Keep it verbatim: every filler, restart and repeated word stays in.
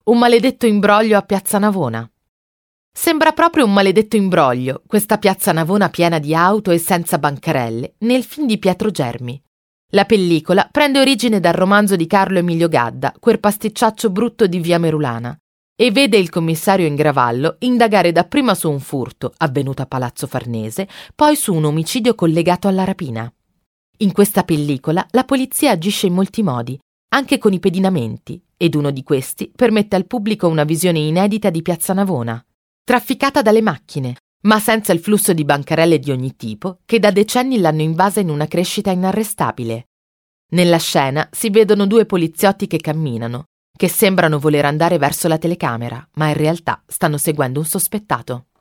Un maledetto imbroglio a Piazza Navona. Sembra proprio un maledetto imbroglio, questa Piazza Navona piena di auto e senza bancarelle, nel film di Pietro Germi. La pellicola prende origine dal romanzo di Carlo Emilio Gadda, Quel pasticciaccio brutto di via Merulana, e vede il commissario Ingravallo indagare dapprima su un furto avvenuto a Palazzo Farnese, poi su un omicidio collegato alla rapina. In questa pellicola la polizia agisce in molti modi, anche con i pedinamenti, ed uno di questi permette al pubblico una visione inedita di Piazza Navona, trafficata dalle macchine, ma senza il flusso di bancarelle di ogni tipo che da decenni l'hanno invasa in una crescita inarrestabile. Nella scena si vedono due poliziotti che camminano, che sembrano voler andare verso la telecamera, ma in realtà stanno seguendo un sospettato.